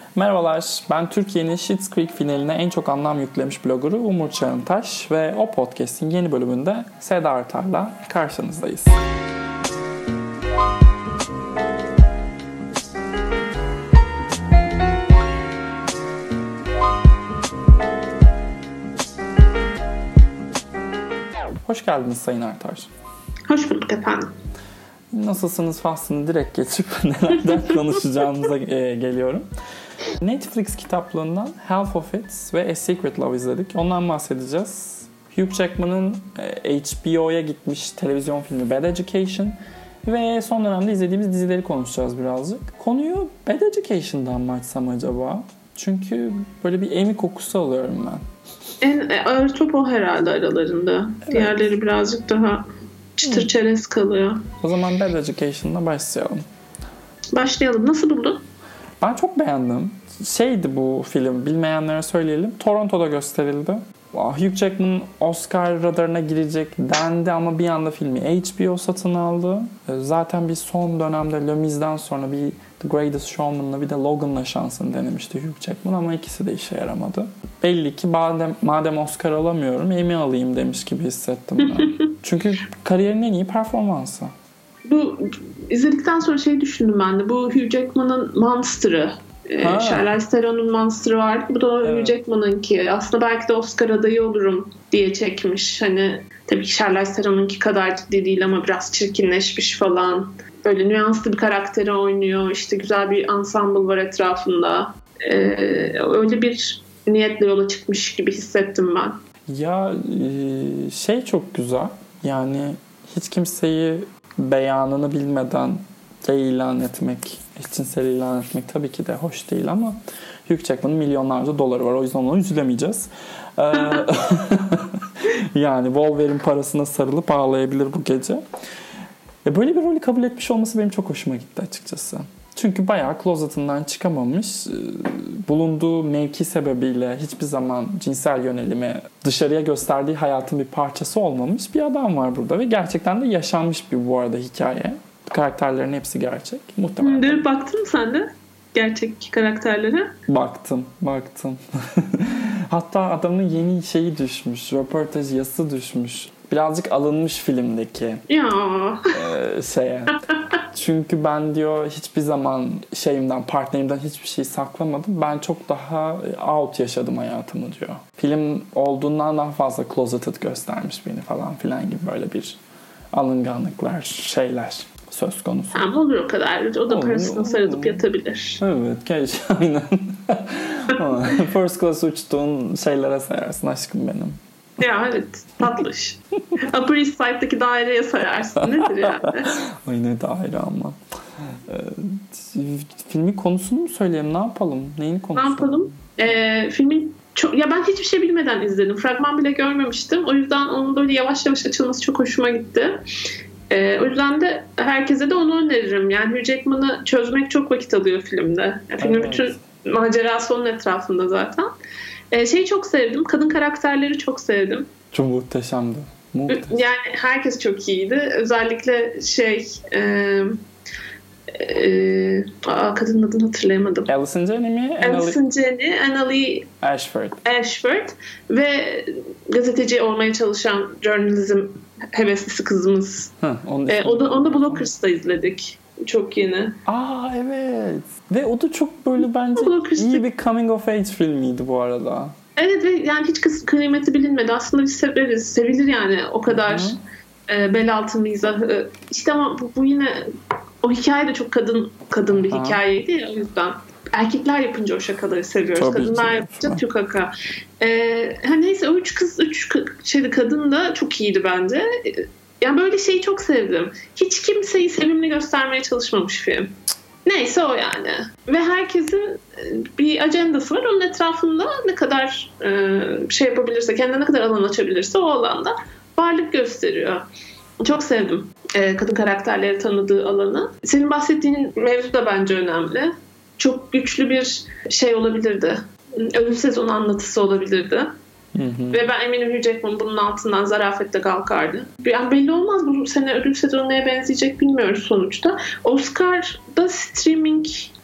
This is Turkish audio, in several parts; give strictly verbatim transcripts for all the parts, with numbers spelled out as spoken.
Merhabalar, ben Türkiye'nin Schitt's Creek finaline en çok anlam yüklemiş bloggeru Umur Çağıntaş ve o podcast'in yeni bölümünde Seda Artar'la karşınızdayız. Hoş geldiniz Sayın Artar. Hoş bulduk efendim. Nasılsınız faslını direkt geçip nelerden konuşacağımıza e, geliyorum. Netflix kitaplığından Half of It ve A Secret Love izledik. Ondan bahsedeceğiz. Hugh Jackman'ın e, H B O'ya gitmiş televizyon filmi Bad Education ve son dönemde izlediğimiz dizileri konuşacağız birazcık. Konuyu Bad Education'dan mı açsam acaba? Çünkü böyle bir Emmy kokusu alıyorum ben. En ağır top o herhalde aralarında. Evet. Diğerleri birazcık daha çıtır çerez kalıyor. O zaman Bad Education'la başlayalım. Başlayalım. Nasıl buldun? Ben çok beğendim. Şeydi bu film, bilmeyenlere söyleyelim. Toronto'da gösterildi. Hugh Jackman Oscar radarına girecek dendi ama bir anda filmi H B O satın aldı. Zaten bir son dönemde Le Mise'den sonra bir The Greatest Showman'la bir de Logan'la şansını denemişti Hugh Jackman ama ikisi de işe yaramadı. Belli ki madem, madem Oscar alamıyorum Emmy alayım demiş gibi hissettim ben. Çünkü kariyerin en iyi performansı. Bu izledikten sonra şey düşündüm ben de. Bu Hugh Jackman'ın Monster'ı. Ha. Charlize Theron'un Monster'ı vardı. Bu da evet. Hugh Jackman'ınki. Aslında belki de Oscar adayı olurum diye çekmiş. Hani tabii ki Charlize Theron'unki kadar ciddi değil ama biraz çirkinleşmiş falan. Böyle nüanslı bir karakteri oynuyor. İşte güzel bir ensemble var etrafında. Ee, öyle bir niyetle yola çıkmış gibi hissettim ben. Ya şey çok güzel. Yani hiç kimseyi beyanını bilmeden gay ilan etmek, eşcinsel ilan etmek tabii ki de hoş değil ama Hugh Jackman'ın milyonlarca doları var. O yüzden onu üzülemeyeceğiz. Ee, yani Wolverine parasına sarılıp ağlayabilir bu gece. Ve böyle bir rolü kabul etmiş olması benim çok hoşuma gitti açıkçası. Çünkü bayağı closet'ından çıkamamış, bulunduğu mevki sebebiyle hiçbir zaman cinsel yönelimi dışarıya gösterdiği hayatın bir parçası olmamış bir adam var burada. Ve gerçekten de yaşanmış bir bu arada hikaye. Karakterlerin hepsi gerçek. Muhtemelen. Dönüp baktın mı sen de gerçek karakterlere? Baktım, baktım. Hatta adamın yeni şeyi düşmüş, röportaj yazısı düşmüş. Birazcık alınmış filmdeki ya. e, şeye. Çünkü ben diyor hiçbir zaman şeyimden, partnerimden hiçbir şey saklamadım. Ben çok daha out yaşadım hayatımı diyor. Film olduğundan daha fazla closeted göstermiş beni falan filan gibi böyle bir alınganlıklar, şeyler söz konusu. Tamam olur o kadar. O da olur, parasına sarılıp yatabilir. Evet, keşke aynen. First class uçtuğun şeylere sayarsın aşkım benim. Ya evet, tatlış. Upper East Side'daki daireye sayarsın. Nedir yani? Ay ne daire ama. Ee, filmin konusunu mu söyleyelim? Ne yapalım? Neyin konusu? Ne yapalım? Ee, filmin çok, ya ben hiçbir şey bilmeden izledim. Fragman bile görmemiştim. O yüzden onun böyle yavaş yavaş açılması çok hoşuma gitti. Ee, o yüzden de herkese de onu öneririm. Yani Hugh Jackman'ı çözmek çok vakit alıyor filmde. Yani filmin evet. bütün macerası onun etrafında zaten. Ee, şeyi çok sevdim. Kadın karakterleri çok sevdim. Çok muhteşemdi. Muhteşem. Yani herkes çok iyiydi. Özellikle şey e, e, aa, kadının adını hatırlayamadım. Alison Janney mi? Alison Janney, Annalee Ashford. Ashford ve gazeteci olmaya çalışan journalism heveslisi kızımız. Hı, onu, e, onu, onu da Blockers'ta izledik. Çok yeni. Aa evet. Ve o da çok böyle bence iyi bir coming of age filmiydi bu arada. Evet ve yani hiç kız kıymeti bilinmedi. Aslında biz severiz. Sevilir yani o kadar e, bel altı mizahı. İşte ama bu, bu yine o hikaye de çok kadın kadın bir Aha. hikayeydi ya o yüzden. Erkekler yapınca o şakaları seviyoruz. Tabii Kadınlar ki. yapınca tükaka. Ee, neyse o üç kız, üç şeydi kadın da çok iyiydi bence. Yani böyle şeyi çok sevdim. Hiç kimseyi sevimli göstermeye çalışmamış film. Neyse o yani. Ve herkesin bir ajandası var. Onun etrafında ne kadar e, şey yapabilirse, kendine ne kadar alan açabilirse o alanda varlık gösteriyor. Çok sevdim e, kadın karakterleri tanıdığı alanı. Senin bahsettiğin mevzu da bence önemli. Çok güçlü bir şey olabilirdi. Ölüm sezonu anlatısı olabilirdi. Hı hı. Ve ben eminim Hugh Jackman bunun altından zarafetle kalkardı. Yani belli olmaz bu sene ödül sezonu neye benzeyecek bilmiyoruz sonuçta. Oscar'da streaming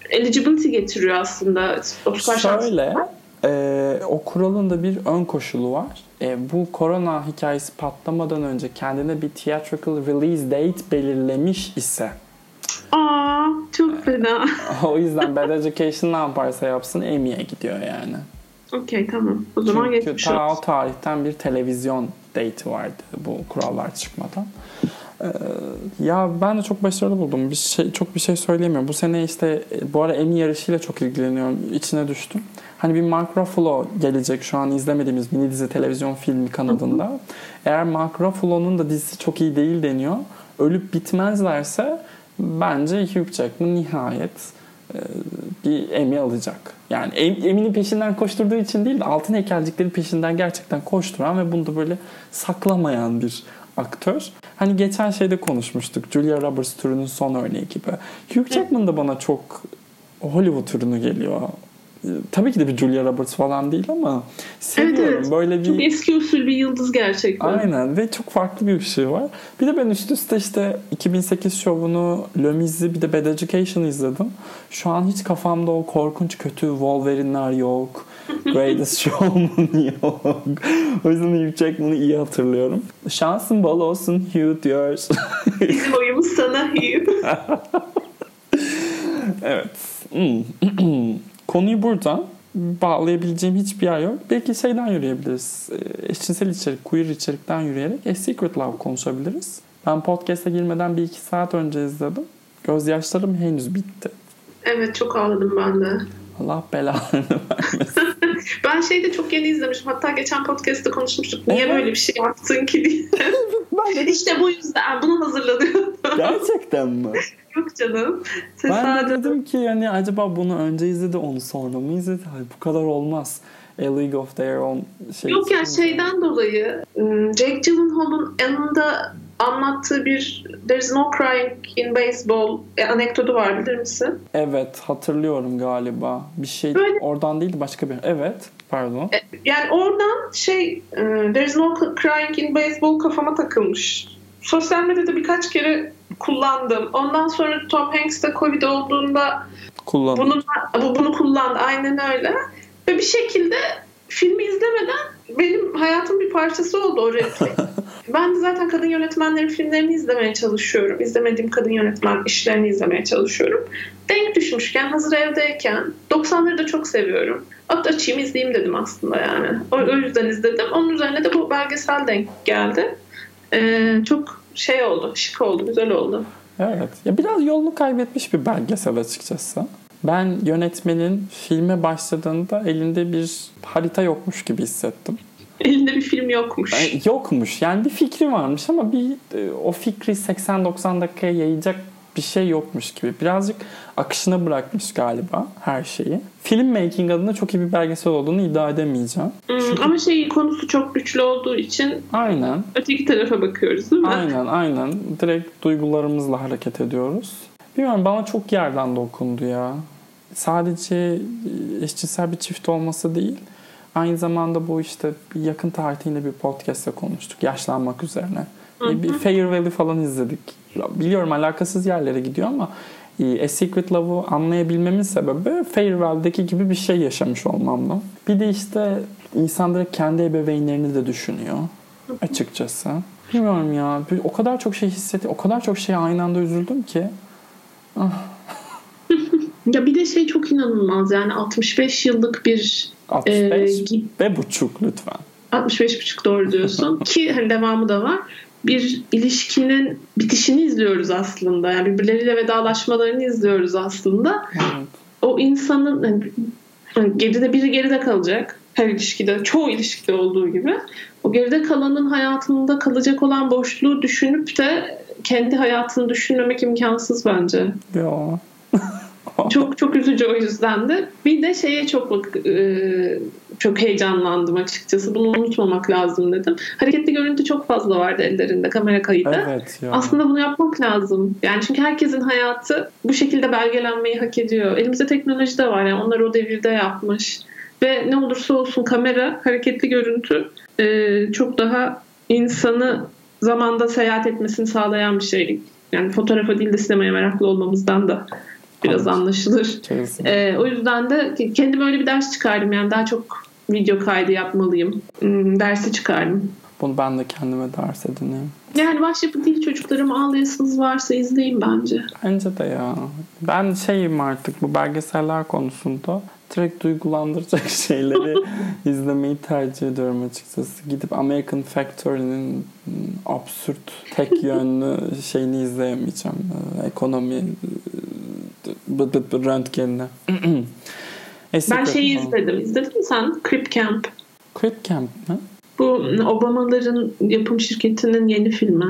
eligibility getiriyor aslında. Oscar Şöyle, e, o kuralın da bir ön koşulu var. E, bu korona hikayesi patlamadan önce kendine bir theatrical release date belirlemiş ise. Aa, çok fena. O yüzden Bad Education ne yaparsa yapsın Emmy'ye gidiyor yani. Okey, tamam. O zaman Çünkü geçmiş ta olsun. o tarihten bir televizyon date'i vardı bu kurallar çıkmadan. Ee, ya ben de çok başarılı buldum. Bir şey, çok bir şey söyleyemiyorum. Bu sene işte bu ara Emmy yarışıyla çok ilgileniyorum. İçine düştüm. Hani bir Mark Ruffalo gelecek şu an izlemediğimiz mini dizi televizyon filmi kanadında. Eğer Mark Ruffalo'nun da dizisi çok iyi değil deniyor. Ölüp bitmezlerse bence Hugh Jackman nihayet e, bir Emmy alacak. Yani Emmy'nin peşinden koşturduğu için değil de altın heykelciklerin peşinden gerçekten koşturan ve bunu da böyle saklamayan bir aktör. Hani geçen şeyde konuşmuştuk. Julia Roberts türünün son örneği gibi. Hugh Jackman da bana çok Hollywood türünü geliyor. Tabii ki de bir Julia Roberts falan değil ama seviyorum. Evet, evet. Böyle bir... Çok eski usul bir yıldız gerçekten. Aynen ve çok farklı bir şey var. Bir de ben üst üste işte iki bin sekiz şovunu, Le Mis'i bir de Bad Education'ı izledim. Şu an hiç kafamda o korkunç kötü Wolverine'ler yok. Greatest Showman yok. O yüzden Hugh Jackman'ı iyi hatırlıyorum. Şansın bol olsun Hugh diyoruz. Bizim oyumuz sana Hugh. Evet. Konuyu buradan bağlayabileceğim hiçbir yer yok. Belki şeyden yürüyebiliriz. Eşcinsel içerik, queer içerikten yürüyerek A Secret Love konuşabiliriz. Ben podcast'a girmeden bir iki saat önce izledim. Gözyaşlarım henüz bitti. Evet, çok ağladım ben de. Allah belanı vermesin. Ben şeyde çok yeni izlemiştim. Hatta geçen podcast'ta konuşmuştuk. Niye Evet. böyle bir şey yaptın ki diye. Ben de... İşte bu yüzden bunu hazırlanıyordum. Gerçekten mi? Yok canım. Ben de dedim ki yani acaba bunu önce izledi onu sonra mı izledi? Hayır, bu kadar olmaz. A League of Their Own şey. Yok ya, şeyden dolayı Jake Gyllenhaal'ın yanında anlattığı bir There's no crying in baseball anekdotu var, bilir misin? Evet, hatırlıyorum galiba. Bir şey Böyle... oradan değil başka bir. Evet, pardon. Yani oradan şey There's no crying in baseball kafama takılmış. Sosyal medyada birkaç kere kullandım. Ondan sonra Tom Hanks de Covid olduğunda Kullandım. bunu, bunu kullandı. Aynen öyle. Ve bir şekilde filmi izlemeden benim hayatımın bir parçası oldu o replik. Ben de zaten kadın yönetmenlerin filmlerini izlemeye çalışıyorum. İzlemediğim kadın yönetmen işlerini izlemeye çalışıyorum. Denk düşmüşken, hazır evdeyken, doksanları da çok seviyorum. Hatta açayım izleyeyim dedim aslında yani. O, o yüzden izledim. Onun üzerine de bu belgesel denk geldi. Ee, çok şey oldu, şık oldu, güzel oldu. Evet. Ya biraz yolunu kaybetmiş bir belgesel açıkçası. Ben yönetmenin filme başladığında elinde bir harita yokmuş gibi hissettim. Elinde bir film yokmuş. Yani yokmuş. Yani bir fikri varmış ama bir o fikri seksen doksan dakikaya yayacak bir şey yokmuş gibi. Birazcık akışına bırakmış galiba her şeyi. Filmmaking adına çok iyi bir belgesel olduğunu iddia edemeyeceğim. Hmm, Çünkü... Ama şey, konusu çok güçlü olduğu için aynen. Öteki tarafa bakıyoruz değil mi? Aynen aynen. Direkt duygularımızla hareket ediyoruz. Bilmiyorum, bana çok yerden dokundu ya. Sadece eşcinsel bir çift olması değil. Aynı zamanda bu işte yakın tarihte yine bir podcast'ta konuştuk. Yaşlanmak üzerine. Hı hı. Bir Fair Valley falan izledik. Biliyorum alakasız yerlere gidiyor ama A Secret Love'u anlayabilmemin sebebi Fair Valley'deki gibi bir şey yaşamış olmamla. Bir de işte insan direkt kendi ebeveynlerini de düşünüyor açıkçası. Bilmiyorum ya. O kadar çok şey hissettim. O kadar çok şeye aynı anda üzüldüm ki. Ah. Ya bir de şey çok inanılmaz yani altmış beş yıllık bir altmış beş e, ve buçuk lütfen. altmış beş buçuk doğru diyorsun. Ki hani devamı da var. Bir ilişkinin bitişini izliyoruz aslında. Yani birbirleriyle vedalaşmalarını izliyoruz aslında. Evet. O insanın hani geride biri geride kalacak. Her ilişkide, çoğu ilişkide olduğu gibi. O geride kalanın hayatında kalacak olan boşluğu düşünüp de kendi hayatını düşünmemek imkansız bence. Ya. Çok çok üzücü o yüzden de. Bir de şeye çok e, çok heyecanlandım açıkçası. Bunu unutmamak lazım dedim. Hareketli görüntü çok fazla vardı ellerinde, kamera kaydı. Evet ya. Aslında bunu yapmak lazım. Yani çünkü herkesin hayatı bu şekilde belgelenmeyi hak ediyor. Elimizde teknoloji de var. Yani onlar o devirde yapmış. Ve ne olursa olsun kamera, hareketli görüntü e, çok daha insanı zamanda seyahat etmesini sağlayan bir şey. Yani fotoğrafa değil de sinemaya meraklı olmamızdan da biraz Evet. anlaşılır. Ee, o yüzden de kendime öyle bir ders çıkardım. Yani daha çok video kaydı yapmalıyım. Hmm, dersi çıkardım. Bunu ben de kendime ders edineyim. Yani başyapıt değil, çocuklarım, ağlayasınız varsa izleyin bence. Bence de ya. Ben şeyim artık bu belgeseller konusunda direkt duygulandıracak şeyleri izlemeyi tercih ediyorum açıkçası. Gidip American Factory'nin absürt, tek yönlü şeyini izleyemeyeceğim. Ekonomi bıt bıt bıt röntgenini. Ben şeyi izledim. İzledin mi sen? Crip Camp. Crip Camp mi? Bu Obamaların yapım şirketinin yeni filmi.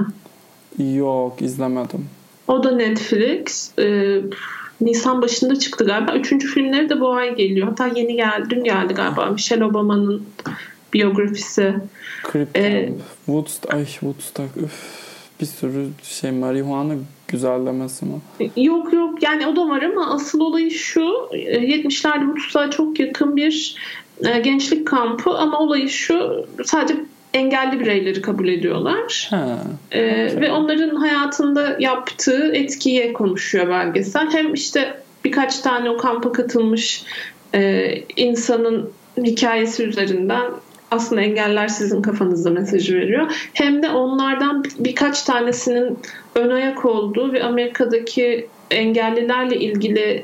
Yok, izlemedim. O da Netflix. Ee, Nisan başında çıktı galiba. Üçüncü filmleri de bu ay geliyor. Hatta yeni geldi. Dün geldi galiba. Michelle Obama'nın biyografisi. Crip Camp. Ee, Woodstock. Ay Woodstock. Üf. Bir sürü şey, marihuana güzellemesi mi? Yok yok. Yani o da var ama asıl olayı şu. yetmişlerde Woodstock'a çok yakın bir e, gençlik kampı ama olayı şu. Sadece engelli bireyleri kabul ediyorlar. Ha, ee, okay. Ve onların hayatında yaptığı etkiye konuşuyor belgesel. Hem işte birkaç tane o kampa katılmış e, insanın hikayesi üzerinden aslında engeller sizin kafanızda mesajı veriyor. Hem de onlardan birkaç tanesinin ön ayak olduğu ve Amerika'daki engellilerle ilgili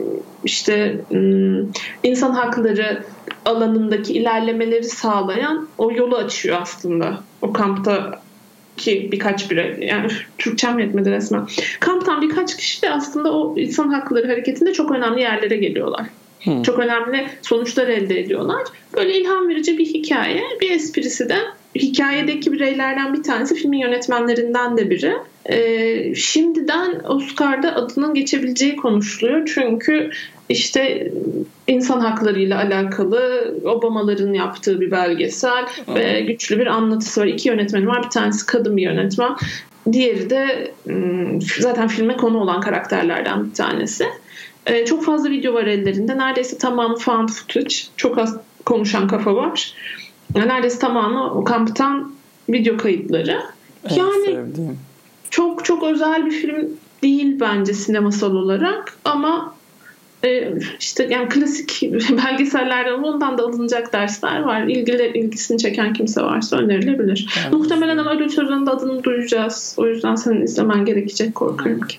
işte insan hakları alanındaki ilerlemeleri sağlayan o yolu açıyor aslında. O kampta ki birkaç birey, yani Türkçem yetmedi resmen. Kamptan birkaç kişi de aslında o insan hakları hareketinde çok önemli yerlere geliyorlar. Hmm. Çok önemli sonuçlar elde ediyorlar. Böyle ilham verici bir hikaye. Bir esprisi de hikayedeki bireylerden bir tanesi filmin yönetmenlerinden de biri. Ee, şimdiden Oscar'da adının geçebileceği konuşuluyor. Çünkü işte insan haklarıyla alakalı Obamaların yaptığı bir belgesel hmm. ve güçlü bir anlatısı var. İki yönetmen var. Bir tanesi kadın bir yönetmen. Diğeri de zaten filme konu olan karakterlerden bir tanesi. Ee, çok fazla video var ellerinde. Neredeyse tamamı found footage. Çok az konuşan kafa var. Neredeyse tamamı o kamptan video kayıtları. En yani sevdiğim. Çok çok özel bir film değil bence sinemasal olarak ama e, işte yani klasik belgesellerden ondan da alınacak dersler var. İlgili, ilgisini çeken kimse varsa önerilebilir. Yani muhtemelen ama ödül töreninde adını duyacağız. O yüzden senin izlemen gerekecek, korkuyorum ki.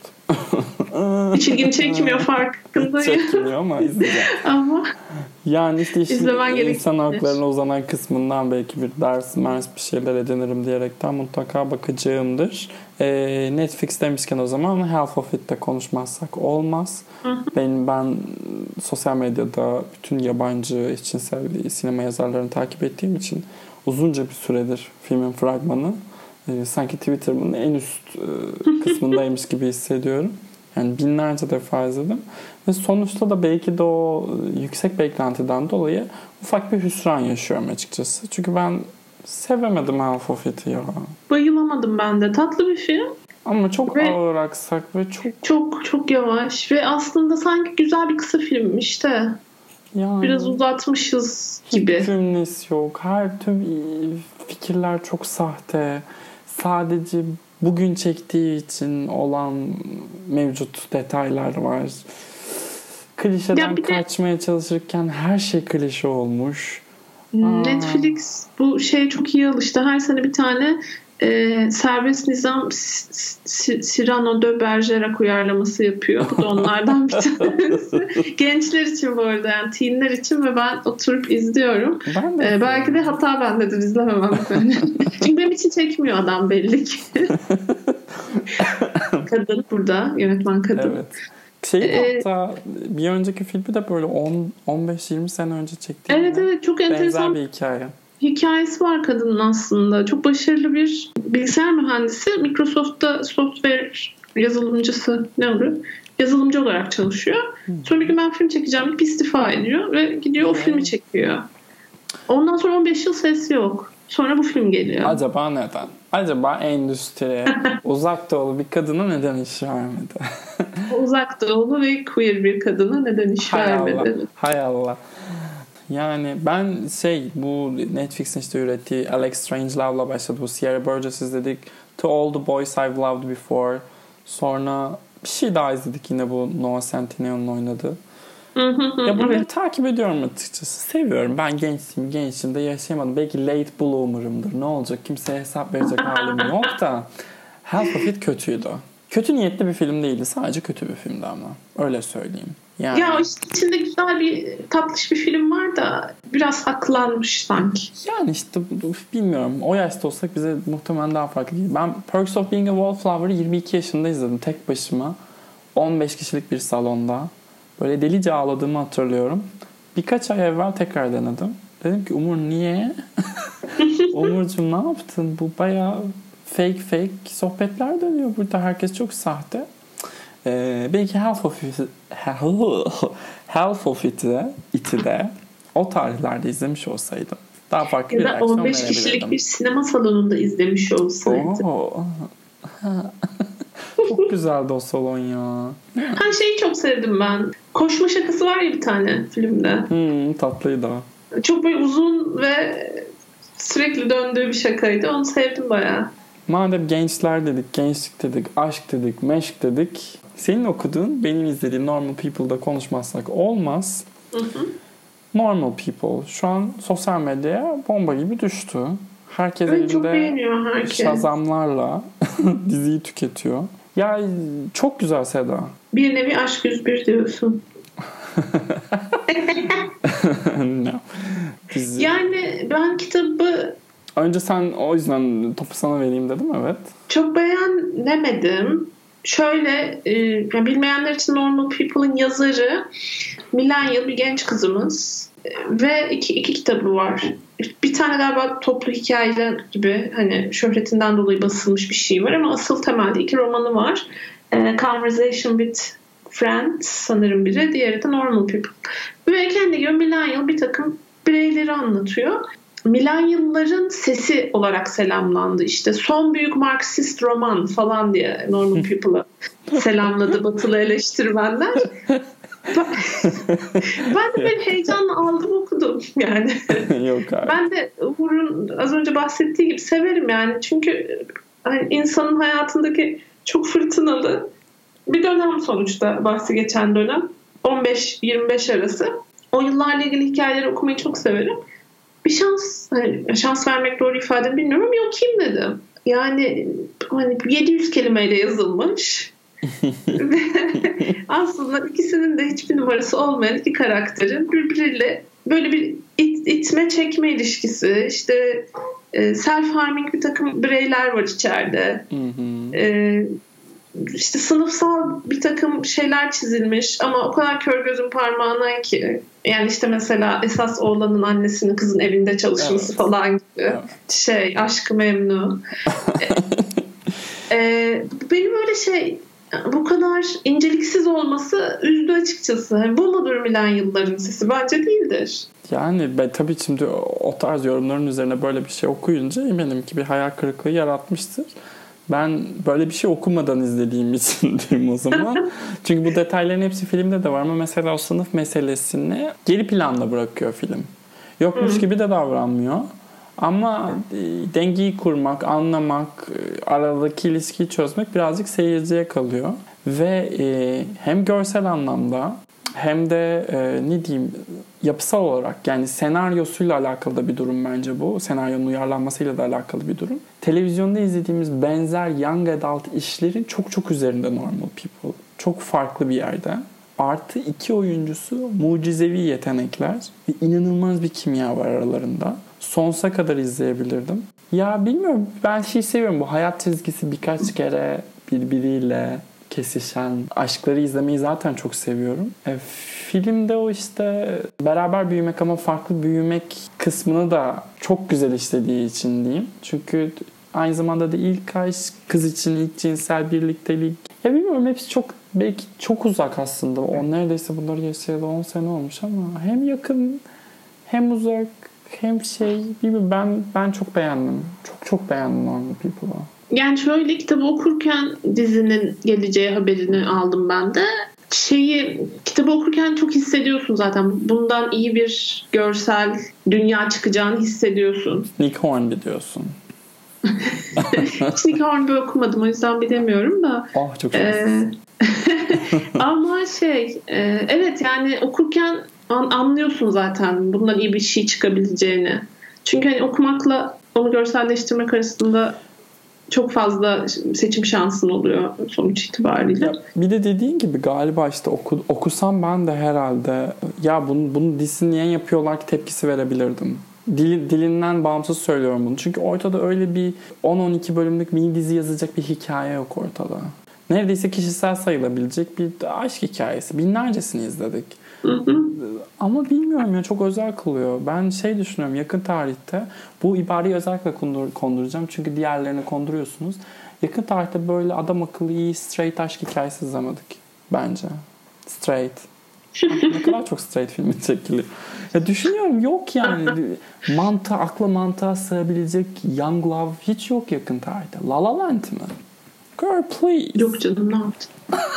Hiç ilgini çekmiyor, farkındayım. Çekmiyor ama izleyeceğim. Ama yani işte işin insan gerekir. haklarına uzanan kısmından belki bir ders, mers bir şeyler edinirim diyerekten mutlaka bakacağımdır. Ee, Netflix demişken o zaman Half of It'te konuşmazsak olmaz. Hı hı. Benim ben sosyal medyada bütün yabancı için sevdiği sinema yazarlarını takip ettiğim için uzunca bir süredir filmin fragmanı e, sanki Twitter'ın en üst e, kısmındaymış gibi hissediyorum. Yani binlerce defa izledim. Ve sonuçta da belki de o yüksek beklentiden dolayı ufak bir hüsran yaşıyorum açıkçası. Çünkü ben sevemedim Half of It'i ya. Bayılamadım ben de. Tatlı bir film. Ama çok ve ağır aksak ve çok... Çok çok yavaş. Ve aslında sanki güzel bir kısa filmmiş de. Yani, biraz uzatmışız gibi. Hiç cümlesi yok. Her tüm fikirler çok sahte. Sadece bugün çektiği için olan mevcut detaylar var. Klişeden kaçmaya de, çalışırken her şey klişe olmuş. Netflix Aa. bu şeye çok iyi alıştı. Her sene bir tane e, serbest nizam Cyrano de Bergerac uyarlaması yapıyor. Bu da onlardan bir tanesi. Gençler için bu arada, yani teenler için ve ben oturup izliyorum. E, belki de hata bendedir, izlememem. Çünkü benim için çekmiyor adam belli ki. Kadın burada, yönetmen kadın. Evet. Şey ee, hatta bir önceki filmi de böyle on on beş yirmi sene önce çektiği. Evet evet, çok enteresan bir hikaye. Hikayesi var kadının aslında. Çok başarılı bir bilgisayar mühendisi. Microsoft'ta software yazılımcısı ne oluyor? Yazılımcı olarak çalışıyor. Hmm. Sonra bir gün ben film çekeceğim deyip istifa ediyor ve gidiyor hmm. o filmi çekiyor. Ondan sonra on beş yıl ses yok. Sonra bu film geliyor. Acaba neden? Acaba endüstriye uzak doğulu bir kadına neden iş vermedi? Uzak doğulu ve queer bir kadına neden iş hay vermedi? Allah, hay Allah. Yani ben şey bu Netflix'in işte ürettiği Alex Strangelove'la başladı. Bu Sierra Burgess izledik. To All the Boys I've Loved Before. Sonra bir şey daha izledik yine bu Noah Centineo'nun oynadığı. Hı hı hı, Ya bunları evet. takip ediyorum açıkçası. Seviyorum. Ben gençim. Gençliğimde yaşayamadım. Belki late bloomer'ımdır. Ne olacak? Kimseye hesap verecek halim yok da. Half of It kötüydü. Kötü niyetli bir film değildi. Sadece kötü bir filmdi ama. Öyle söyleyeyim. Yani, Ya işte içinde güzel bir tatlış bir film var da biraz haklanmış sanki. yani işte bilmiyorum. O yaşta olsak bize muhtemelen daha farklı değil. Ben Perks of Being a Wallflower'ı yirmi iki yaşında izledim. Tek başıma. on beş kişilik bir salonda. Böyle delice ağladığımı hatırlıyorum. Birkaç ay evvel tekrar denedim. Dedim ki Umur niye? Umurcuğum ne yaptın? Bu bayağı fake fake sohbetler dönüyor burada. Herkes çok sahte. Ee, belki Half of It, Half of It'i, It'i de o tarihlerde izlemiş olsaydım daha farklı Ya bir da reaksiyon on beş kişilik verebilirdim. bir sinema salonunda izlemiş olsaydı. Oo. Çok güzeldi o salon ya. Ha şeyi çok sevdim ben. Koşma şakası var ya bir tane filmde. Hmm, tatlıydı o. Çok böyle uzun ve sürekli döndüğü bir şakaydı. Onu sevdim bayağı. Madem gençler dedik, gençlik dedik, aşk dedik, meşk dedik. Senin okuduğun, benim izlediğim Normal People'da konuşmazsak olmaz. Hı hı. Normal People şu an sosyal medyaya bomba gibi düştü. Herkes Evet, çok elinde beğeniyor herkes. şazamlarla diziyi tüketiyor. Ya çok güzel Seda. Bir nevi Aşk yüz bir diyorsun. No. Dizi. Yani ben kitabı Önce sen o yüzden topu sana vereyim dedim, evet. çok beğenemedim. Şöyle e, yani bilmeyenler için Normal People'ın yazarı Millennial bir genç kızımız E, ve iki, iki kitabı var. Bir tane galiba toplu hikayeler gibi hani şöhretinden dolayı basılmış bir şey var ama asıl temelde iki romanı var. E, Conversation with Friends sanırım biri, diğeri de Normal People. Ve kendi gibi Millennial bir takım bireyleri anlatıyor. Millennial'ların sesi olarak selamlandı. İşte son büyük Marksist roman falan diye Normal People'ı selamladı batılı eleştirmenler. Ben de böyle heyecanla aldım okudum yani. Yok abi. Ben de Uğur'un az önce bahsettiği gibi severim yani. Çünkü hani insanın hayatındaki çok fırtınalı bir dönem sonuçta, bahsi geçen dönem. on beş yirmi beş arası. O yıllarla ilgili hikayeleri okumayı çok severim. Bir şans, hani şans vermek doğru ifade mi bilmiyorum ama okuyayım dedim. Yani hani yedi yüz kelimeyle yazılmış. Aslında ikisinin de hiçbir numarası olmayan iki karakterin birbiriyle böyle bir it, itme çekme ilişkisi, işte e, self-harming bir takım bireyler var içeride. Hı hı. E, işte sınıfsal bir takım şeyler çizilmiş ama o kadar kör gözün parmağına ki, yani işte mesela esas oğlanın annesinin kızın evinde çalışması Evet. falan gibi. Evet. Şey, Aşk-ı Memnu. ee, benim öyle şey, bu kadar inceliksiz olması üzdü açıkçası. Yani bu mudur Millennial'ların sesi? Bence değildir. Yani ben tabii şimdi o tarz yorumların üzerine böyle bir şey okuyunca eminim ki bir hayal kırıklığı yaratmıştır. Ben böyle bir şey okumadan izlediğim için diyeyim o zaman. Çünkü bu detayların hepsi filmde de var ama mesela o sınıf meselesini geri planda bırakıyor film. Yokmuş Hı. gibi de davranmıyor. Ama e, dengeyi kurmak, anlamak, e, aradaki ilişkiyi çözmek birazcık seyirciye kalıyor. Ve e, hem görsel anlamda hem de e, ne diyeyim yapısal olarak, yani senaryosuyla alakalı da bir durum bence bu. Senaryonun uyarlanmasıyla da alakalı bir durum. Televizyonda izlediğimiz benzer young adult işlerin çok çok üzerinde Normal People. Çok farklı bir yerde. Artı iki oyuncusu mucizevi yetenekler ve inanılmaz bir kimya var aralarında. Sonsuza kadar izleyebilirdim. Ya bilmiyorum, ben şey seviyorum, bu hayat çizgisi birkaç kere birbiriyle kesişen aşkları izlemeyi zaten çok seviyorum. E, filmde o işte beraber büyümek ama farklı büyümek kısmını da çok güzel işlediği için diyeyim. Çünkü aynı zamanda da ilk aşk, kız için ilk cinsel birliktelik. Ya bilmiyorum, hepsi çok belki çok uzak aslında. O neredeyse bunları yaşayalı on sene olmuş ama hem yakın hem uzak hem şey, bilmiyorum, ben ben çok beğendim. Çok çok beğendim Normal People'ı. Yani şöyle, kitabı okurken dizinin geleceği haberini aldım ben de. Şeyi, kitabı okurken çok hissediyorsun zaten. Bundan iyi bir görsel dünya çıkacağını hissediyorsun. Nick Hornby diyorsun. Hiç Nick Hornby okumadım, o yüzden bilemiyorum da. Oh çok ee, ama şey e, evet yani okurken an, anlıyorsun zaten bundan iyi bir şey çıkabileceğini. Çünkü hani okumakla onu görselleştirmek arasında çok fazla seçim şansın oluyor sonuç itibariyle. Ya, bir de dediğin gibi galiba işte oku, okusam ben de herhalde ya bunu, bunu dizisi niye yapıyorlar ki tepkisi verebilirdim. Dil, dilinden bağımsız söylüyorum bunu. Çünkü ortada öyle bir on on iki bölümlük mini dizi yazacak bir hikaye yok ortada. Neredeyse kişisel sayılabilecek bir aşk hikayesi. Binlercesini izledik. Hı hı. Ama bilmiyorum ya, çok özel kılıyor. Ben şey düşünüyorum, yakın tarihte bu ibareyi özellikle kondur, konduracağım. Çünkü diğerlerini konduruyorsunuz. Yakın tarihte böyle adam akıllı iyi straight aşk hikayesi izlemedik. Bence. Straight. Ne kadar çok straight filmi çekiliyor. Ya düşünüyorum, yok yani. Mantığa, akla mantığa sığabilecek Young Love hiç yok yakın tarihte. La La Land mi? Girl please. Yok canım, ne yaptın?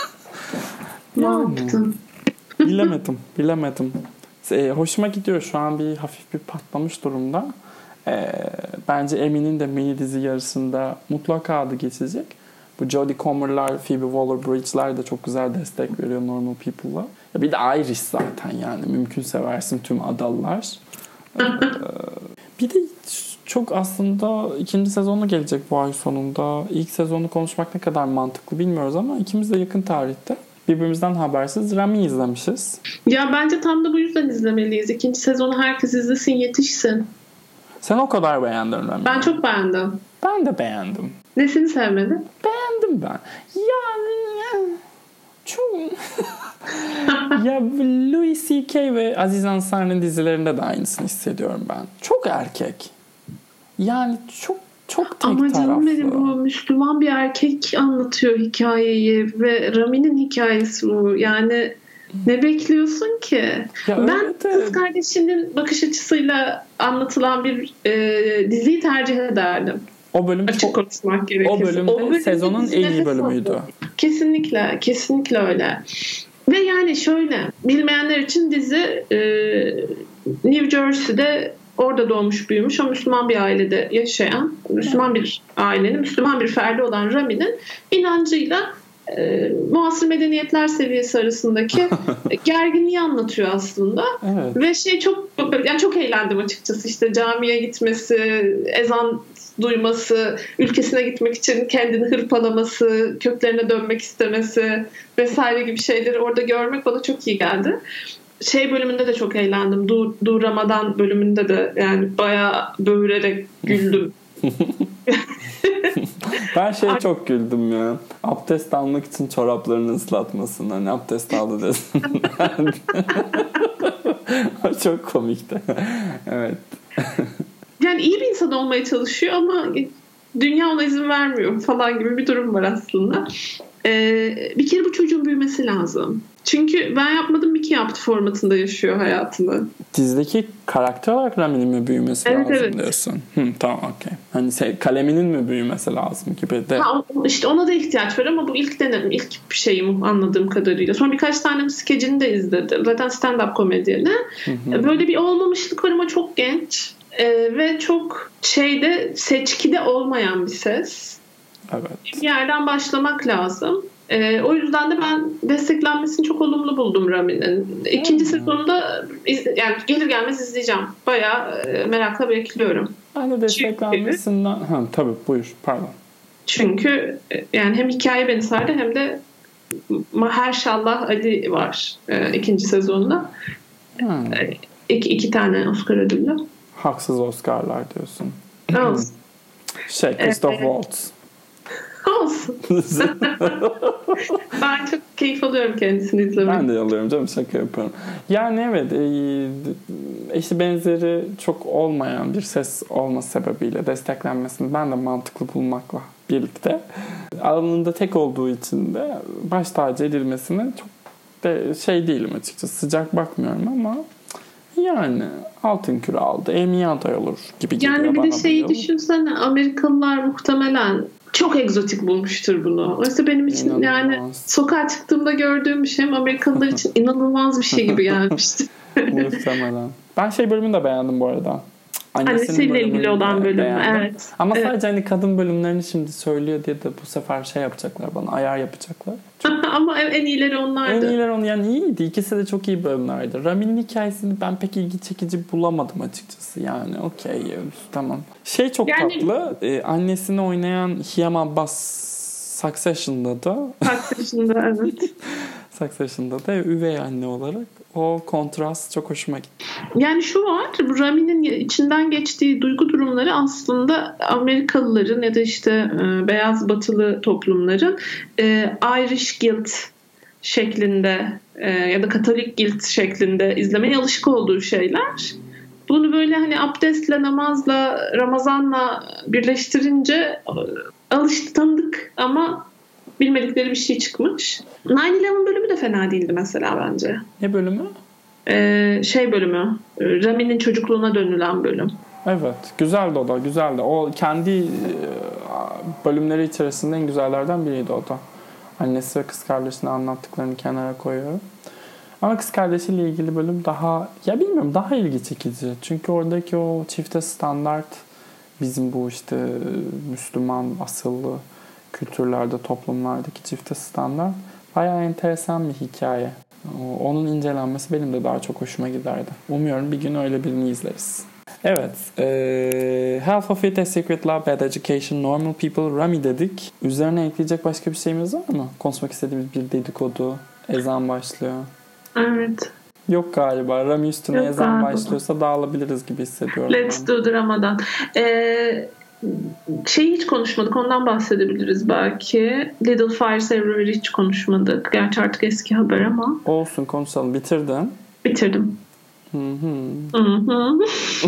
Ne Yani. yaptın? Bilemedim, bilemedim. E, hoşuma gidiyor. Şu an bir hafif bir patlamış durumda. E, bence Emin'in de mini dizi yarısında mutlaka adı geçecek. Bu Jodie Comer'lar, Phoebe Waller-Bridge'ler de çok güzel destek veriyor Normal People'la. Ya bir de Irish zaten yani. Mümkün seversin tüm adalılar. e, bir de çok aslında ikinci sezonu gelecek bu ay sonunda. İlk sezonu konuşmak ne kadar mantıklı bilmiyoruz ama ikimiz de yakın tarihte birbirimizden habersiz Rami izlemişiz. Ya bence tam da bu yüzden izlemeliyiz. İkinci sezonu herkes izlesin, yetişsin. Sen o kadar beğendin Rami'yi. Ben çok beğendim. Ben de beğendim. Nesini sevmedin? Beğendim ben. Yani çok... ya Louis C K ve Aziz Ansari'nin dizilerinde de aynısını hissediyorum ben. Çok erkek. Yani çok çok tek Ama taraflı. canım benim, bu Müslüman bir erkek anlatıyor hikayeyi ve Rami'nin hikayesi bu. Yani ne bekliyorsun ki? Ya ben kız kardeşinin bakış açısıyla anlatılan bir e, diziyi tercih ederdim. O bölüm Açık çok, konuşmak gerekirse. o bölümde o bölümde sezonun en iyi bölümüydü. Oldu. Kesinlikle, kesinlikle öyle. Ve yani şöyle, bilmeyenler için dizi e, New Jersey'de orada doğmuş büyümüş, o Müslüman bir ailede yaşayan, Müslüman bir ailenin, Müslüman bir ferdi olan Rami'nin inancıyla e, muasır medeniyetler seviyesi arasındaki gerginliği anlatıyor aslında. Evet. Ve şey çok, yani çok eğlendim açıkçası, işte camiye gitmesi, ezan duyması, ülkesine gitmek için kendini hırpalaması, köklerine dönmek istemesi vesaire gibi şeyleri orada görmek bana çok iyi geldi. Şey bölümünde de çok eğlendim. Du, Du Ramadan bölümünde de yani bayağı böğürerek güldüm. Ben şeye çok güldüm ya. Abdest almak için çoraplarını ıslatmasın. Hani abdest aldı desin. O çok komikti. Evet. Yani iyi bir insan olmaya çalışıyor ama dünya ona izin vermiyor falan gibi bir durum var aslında. Ee, bir kere bu çocuğun büyümesi lazım. Çünkü ben yapmadım, Mickey yaptı formatında yaşıyor hayatını. Dizideki karakter olarak Rami'nin mi büyümesi evet, lazım evet. diyorsun? Hı, tamam okey. Hani şey, kaleminin mi büyümesi lazım gibi de. Ha, işte ona da ihtiyaç var ama bu ilk denem, ilk bir şeyim anladığım kadarıyla. Sonra birkaç tane skecini de izledim. Zaten stand-up komedyeni. Hı hı. Böyle bir olmamışlık var ama çok genç. Ee, ve çok şeyde, seçkide olmayan bir ses. Evet. Bir yerden başlamak lazım. Ee, o yüzden de ben desteklenmesini çok olumlu buldum Rami'nin. İkinci hmm. sezonunda iz, yani gelir gelmez izleyeceğim. Bayağı e, merakla bekliyorum. Ben de desteklenmesinden... Çünkü, ha, tabii buyur pardon. Çünkü yani hem hikaye beni sardı hem de Maherşallah Ali var e, ikinci sezonda. Hmm. E, iki, iki tane Oscar ödüllü. Haksız Oscar'lar diyorsun. Olsun. Şey, Christoph evet. Waltz. Olsun. Ben çok keyif alıyorum kendisini izlemek. Ben de alıyorum canım, şaka yapıyorum. Yani evet, eşi benzeri çok olmayan bir ses olması sebebiyle desteklenmesini ben de mantıklı bulmakla birlikte alanında tek olduğu için de baş tacı edilmesine çok de şey değilim açıkçası, sıcak bakmıyorum ama yani altın küre aldı, Emmy'ye aday olur gibi geliyor bana. Yani bir de şeyi bayılır. Düşünsene, Amerikalılar muhtemelen çok egzotik bulmuştur bunu. Oysa benim için inanılmaz. Yani sokağa çıktığımda gördüğüm bir şey Amerikalılar için inanılmaz bir şey gibi gelmişti. Muhtemelen. Ben şey bölümünü de beğendim bu arada. Annesiyle ilgili olan bölüm. Evet. Ama evet. sadece hani kadın bölümlerini şimdi söylüyor diye de bu sefer şey yapacaklar bana, ayar yapacaklar. Ama en iyileri onlardı. En iyileri onu yani iyiydi. İkisi de çok iyi bölümlerdi. Rami'nin hikayesini ben pek ilgi çekici bulamadım açıkçası. Yani okey tamam. Şey çok yani, tatlı. E, annesini oynayan Hiyam Abbas Succession'da da Succession'da evet. Succession'da da üvey anne olarak o kontrast çok hoşuma gitti. Yani şu var, Rami'nin içinden geçtiği duygu durumları aslında Amerikalıların ya da işte e, beyaz batılı toplumların e, Irish guilt şeklinde e, ya da Katolik guilt şeklinde izlemeye alışık olduğu şeyler. Bunu böyle hani abdestle, namazla, Ramazan'la birleştirince alıştı, tanıdık ama bilmedikleri bir şey çıkmış. nine eleven bölümü de fena değildi mesela bence. Ne bölümü? Ee, şey bölümü. Rami'nin çocukluğuna dönülen bölüm. Evet. Güzeldi o da. Güzeldi. O kendi bölümleri içerisinde en güzellerden biriydi o da. Annesi ve kız kardeşine anlattıklarını kenara koyuyorum. Ama kız kardeşiyle ilgili bölüm daha, ya bilmiyorum, daha ilgi çekici. Çünkü oradaki o çifte standart bizim bu işte Müslüman asıllı kültürlerde, toplumlardaki çifte standart bayağı enteresan bir hikaye. Onun incelenmesi benim de daha çok hoşuma giderdi. Umuyorum bir gün öyle birini izleriz. Evet. E, Half of It, A Secret Love, Bad Education, Normal People, Rami dedik. Üzerine ekleyecek başka bir şeyimiz var mı? Konuşmak istediğimiz bir dedikodu. Ezan başlıyor. Evet. Yok galiba. Rami üstüne Yok ezan galiba. başlıyorsa dağılabiliriz gibi hissediyorum. Let's do the Ramadan. Ee, şeyi hiç konuşmadık. Ondan bahsedebiliriz belki. Little Fires Everywhere hiç konuşmadık. Gerçi artık eski haber ama. Olsun, konuşalım. Bitirdin. Bitirdim. Hı hı. Hı hı.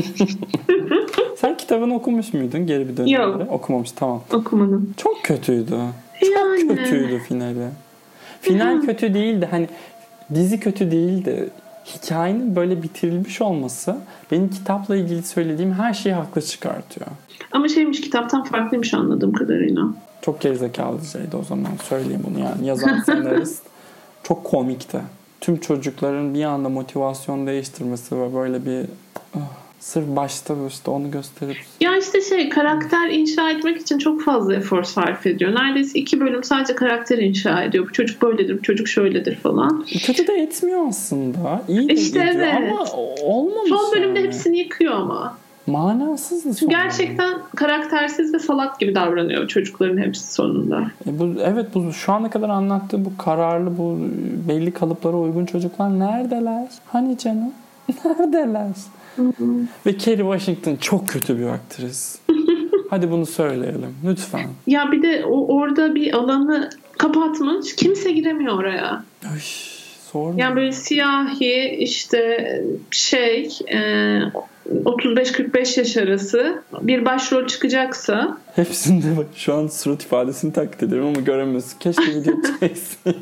Sen kitabını okumuş muydun geri bir dönemde? Yok. Okumamış, tamam. Okumadım. Çok kötüydü. Çok yani. kötüydü finali. Final ya. Kötü değildi. Hani dizi kötü değildi. Hikayenin böyle bitirilmiş olması benim kitapla ilgili söylediğim her şeyi haklı çıkartıyor. Ama şeymiş, kitaptan farklıymış anladığım kadarıyla. Çok gerizekalıcaydı o zaman, söyleyeyim bunu yani. Yazan senarist çok komikti. Tüm çocukların bir anda motivasyon değiştirmesi ve böyle bir uh, sırf başta işte onu gösterip... Ya işte şey, karakter inşa etmek için çok fazla efor sarf ediyor. Neredeyse iki bölüm sadece karakter inşa ediyor. Bu çocuk böyledir, bu çocuk şöyledir falan. Kötü de etmiyor aslında. İyi de işte ediyor evet. Ama olmamış. Son bölümde yani. Hepsini yıkıyor ama. Manasızdı sonunda. Gerçekten karaktersiz ve salak gibi davranıyor çocukların hepsi sonunda. E bu, evet, bu şu ana kadar anlattığı bu kararlı, bu belli kalıplara uygun çocuklar neredeler? Hani canım? Neredeler? Hı hı. Ve Kerry Washington çok kötü bir aktris. Hadi bunu söyleyelim lütfen. Ya bir de o orada bir alanı kapatmış. Kimse giremiyor oraya. Üş, sorma. Yani böyle siyahi işte şey e, otuz beş kırk beş yaş arası bir başrol çıkacaksa. Hepsinde bak şu an surat ifadesini taklit ediyorum ama göremiyorsun. Keşke video çeksin.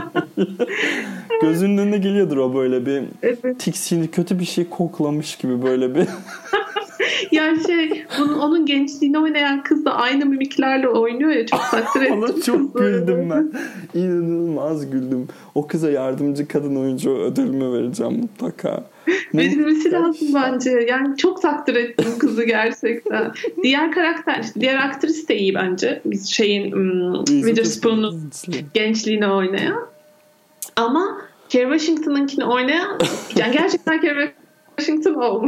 Gözünün önüne geliyordur o böyle bir evet. tiksini, kötü bir şey koklamış gibi böyle bir. Yani şey, bunun, onun gençliğini oynayan kız da aynı mimiklerle oynuyor ya, çok takdir ettim. Ona çok güldüm ben. İnanılmaz güldüm. O kıza yardımcı kadın oyuncu ödülümü vereceğim mutlaka. Verilmesi lazım bence. Yani çok takdir ettim kızı gerçekten. Diğer karakter, diğer aktris de iyi bence. Biz şeyin um, Witherspoon'un gençliğini oynayan. Ama Kerry Washington'ınkini oynayan, yani gerçekten Kerry Washington olmuş.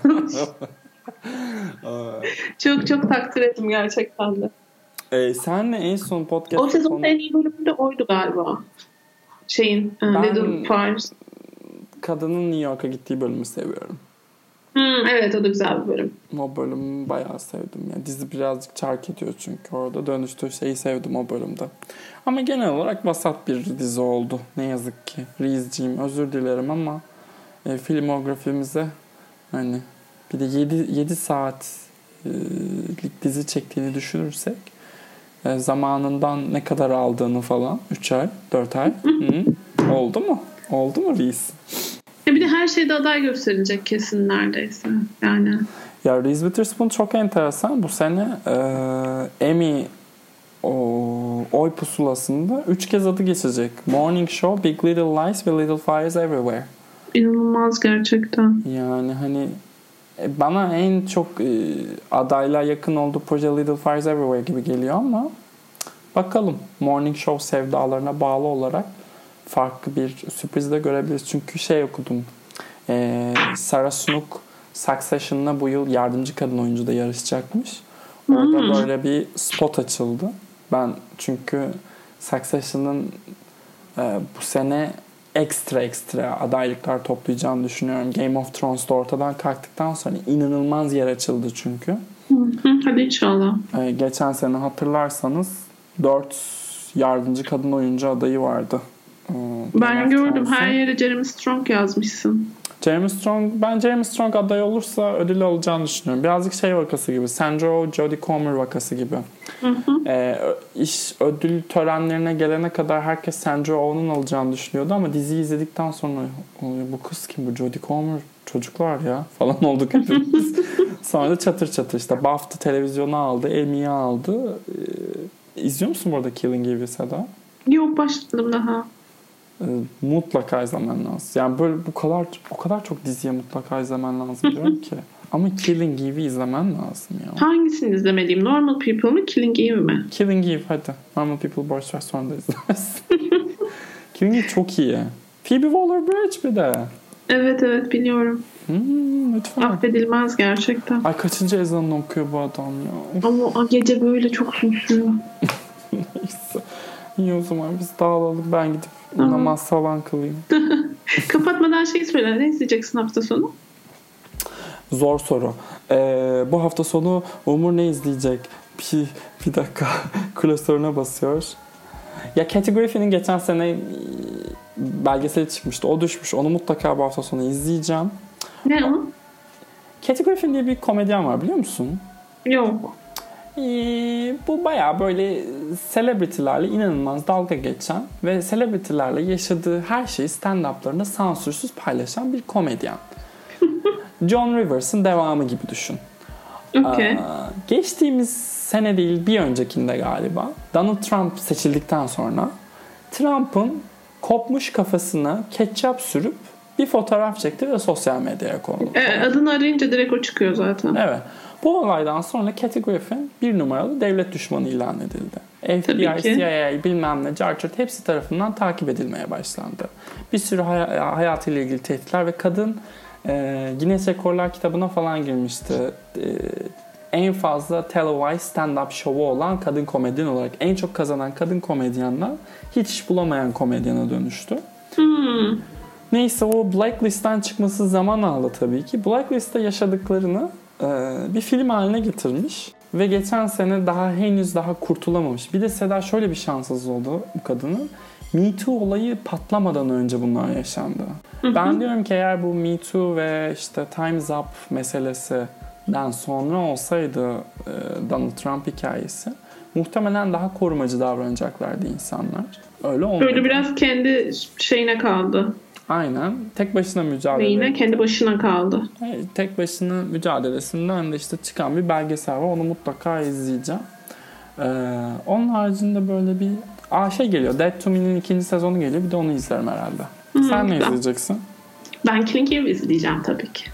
çok çok takdir ettim gerçekten de. Ee, senle en son podcast... O sezonun konu... en iyi bölümü de oydu galiba. Şeyin, ben Little Fires. Kadının New York'a gittiği bölümü seviyorum. Hmm, evet, o da güzel bir bölüm. O bölümü bayağı sevdim. Yani dizi birazcık çark ediyor çünkü orada. Dönüştüğü şeyi sevdim o bölümde. Ama genel olarak vasat bir dizi oldu. Ne yazık ki. Reese'ciğim özür dilerim ama e, filmografimize hani bir de yedi saatlik dizi çektiğini düşünürsek e, zamanından ne kadar aldığını falan üç ay, dört ay. Hı. Oldu mu? Oldu mu Reese? Ya bir de her şeyde aday gösterilecek kesin neredeyse. Yani. Ya Reese Witherspoon çok enteresan. Bu sene e, Emmy o, oy pusulasında üç kez adı geçecek. Morning Show, Big Little Lies ve Little Fires Everywhere. İnanılmaz gerçekten. Yani hani E, bana en çok e, adayla yakın olduğu proje Little Fires Everywhere gibi geliyor ama bakalım. Morning Show sevdalarına bağlı olarak farklı bir sürpriz de görebiliriz. Çünkü şey okudum. E, Sarah Snook Succession'la bu yıl yardımcı kadın oyuncu da yarışacakmış. Orada hmm. böyle bir spot açıldı. Ben çünkü Succession'ın e, bu sene ekstra ekstra adaylıklar toplayacağını düşünüyorum. Game of Thrones da ortadan kalktıktan sonra inanılmaz yer açıldı çünkü. Hadi inşallah. Ee, geçen sene hatırlarsanız dört yardımcı kadın oyuncu adayı vardı. Ee, ben gördüm. Thrones'un. Her yere Jeremy Strong yazmışsın. Jeremy Strong, ben Jeremy Strong aday olursa ödül alacağını düşünüyorum. Birazcık şey vakası gibi. Sandra Oh, Jodie Comer vakası gibi. Hı hı. Ee, iş ödül törenlerine gelene kadar herkes Sandra Oh'un alacağını düşünüyordu ama diziyi izledikten sonra bu kız kim, bu Jodie Comer çocuklar ya falan olduk hepimiz. Sonra da çatır çatır işte BAFTA televizyonu aldı, Emmy'yi aldı. Ee, izliyor musun bu arada Killing Eve Seda? Yok, başladım daha. Mutlaka izlemen lazım. Yani böyle bu kadar o kadar çok diziye mutlaka izlemen lazım diyorum ki. Ama Killing Eve'i izlemen lazım ya. Hangisini izlemeliyim? Normal People mı? Killing Eve mi? Killing Eve hadi. Normal People boş ver, sonra da izlersin. Killing Eve çok iyi. Phoebe Waller-Bridge bir de. Evet evet biliyorum. Hmm, lütfen. Affedilmez gerçekten. Ay kaçıncı ezanını okuyor bu adam ya. Ama o gece böyle çok uzun sürüyor. Neyse. İyi o zaman biz dağılalım. Ben gidip namaz falan kılayım. Kapatmadan şey söyle. Ne izleyeceksin hafta sonu? Zor soru. Ee, bu hafta sonu Umur ne izleyecek? Bir, bir dakika. Klasörüne basıyor. Ya Kathy Griffin'in geçen sene belgeseli çıkmıştı. O düşmüş. Onu mutlaka bu hafta sonu izleyeceğim. Ne o? Kathy Griffin diye bir komedyen var, biliyor musun? Yok. Ee, bu bayağı böyle celebrity'lerle inanılmaz dalga geçen ve celebrity'lerle yaşadığı her şeyi stand-up'larında sansürsüz paylaşan bir komedyen. John Rivers'ın devamı gibi düşün. Okay. Ee, geçtiğimiz sene değil, bir öncekinde galiba Donald Trump seçildikten sonra Trump'ın kopmuş kafasına ketçap sürüp bir fotoğraf çekti ve sosyal medyaya kondu. E, adını arayınca direkt o çıkıyor zaten. Evet. Bu olaydan sonra Kathy Griffin bir numaralı devlet düşmanı ilan edildi. F B I, C I A, bilmem ne, Carchurt hepsi tarafından takip edilmeye başlandı. Bir sürü hay- hayatıyla ilgili tehditler ve kadın e, Guinness Rekorlar kitabına falan girmişti. E, en fazla televised stand-up şovu olan kadın komedyen olarak en çok kazanan kadın komedyenler hiç iş bulamayan komedyana dönüştü. Hmm. Neyse, o Blacklist'ten çıkması zaman aldı tabii ki. Blacklist'te yaşadıklarını e, bir film haline getirmiş ve geçen sene daha henüz daha kurtulamamış. Bir de Seda şöyle bir şanssız oldu bu kadının. Me Too olayı patlamadan önce bunlar yaşandı. Hı hı. Ben diyorum ki eğer bu Me Too ve işte Time's Up meselesinden sonra olsaydı e, Donald Trump hikayesi, muhtemelen daha korumacı davranacaklardı insanlar. Öyle olmadı. Böyle biraz kendi şeyine kaldı. Aynen. Tek başına mücadele. Ve yine kendi başına kaldı. Evet, tek başına mücadelesinden de işte çıkan bir belgesel var. Onu mutlaka izleyeceğim. Ee, onun haricinde böyle bir Aa şey geliyor. Dead to Me'nin ikinci sezonu geliyor. Bir de onu izlerim herhalde. Hmm, Sen ne izleyeceksin? Ben Killing Eve izleyeceğim tabii ki.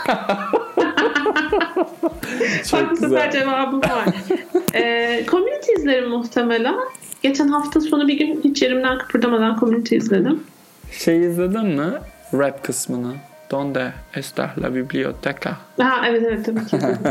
Çok Bak, süper cevabım var. ee, Community izlerim muhtemelen. Geçen hafta sonu bir gün hiç yerimden kıpırdamadan Community izledim. Şey izledin mi? Rap kısmını. Donde está la biblioteca? Ha, evet evet tabii ki izledim.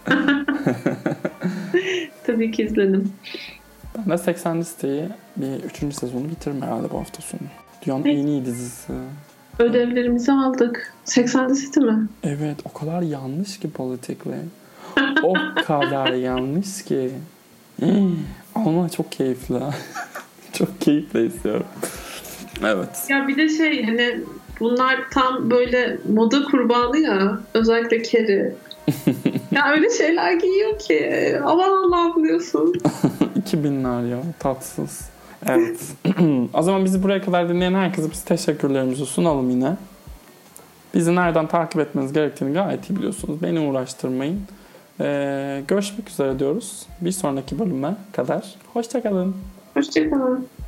Tabii ki izledim. Ben de seksen listeyi bir üçüncü sezonu bitiririm herhalde bu hafta sonu. Dünyanın en iyi dizisi. Ödevlerimizi aldık. seksen City mi? Evet, o kadar yanlış ki politically. O kadar yanlış ki. Ama çok keyifli. Çok keyifle izliyorum. Evet. Ya bir de şey hani bunlar tam böyle moda kurbanı ya. Özellikle Carrie. Ya öyle şeyler giyiyor ki. Aman Allah'ım diyorsun. iki binler ya. Tatsız. Evet. O zaman bizi buraya kadar dinleyen herkese biz teşekkürlerimizi sunalım yine. Bizi nereden takip etmeniz gerektiğini gayet iyi biliyorsunuz. Beni uğraştırmayın. Ee, görüşmek üzere diyoruz. Bir sonraki bölüme kadar. Hoşça kalın. Hoşça kalın.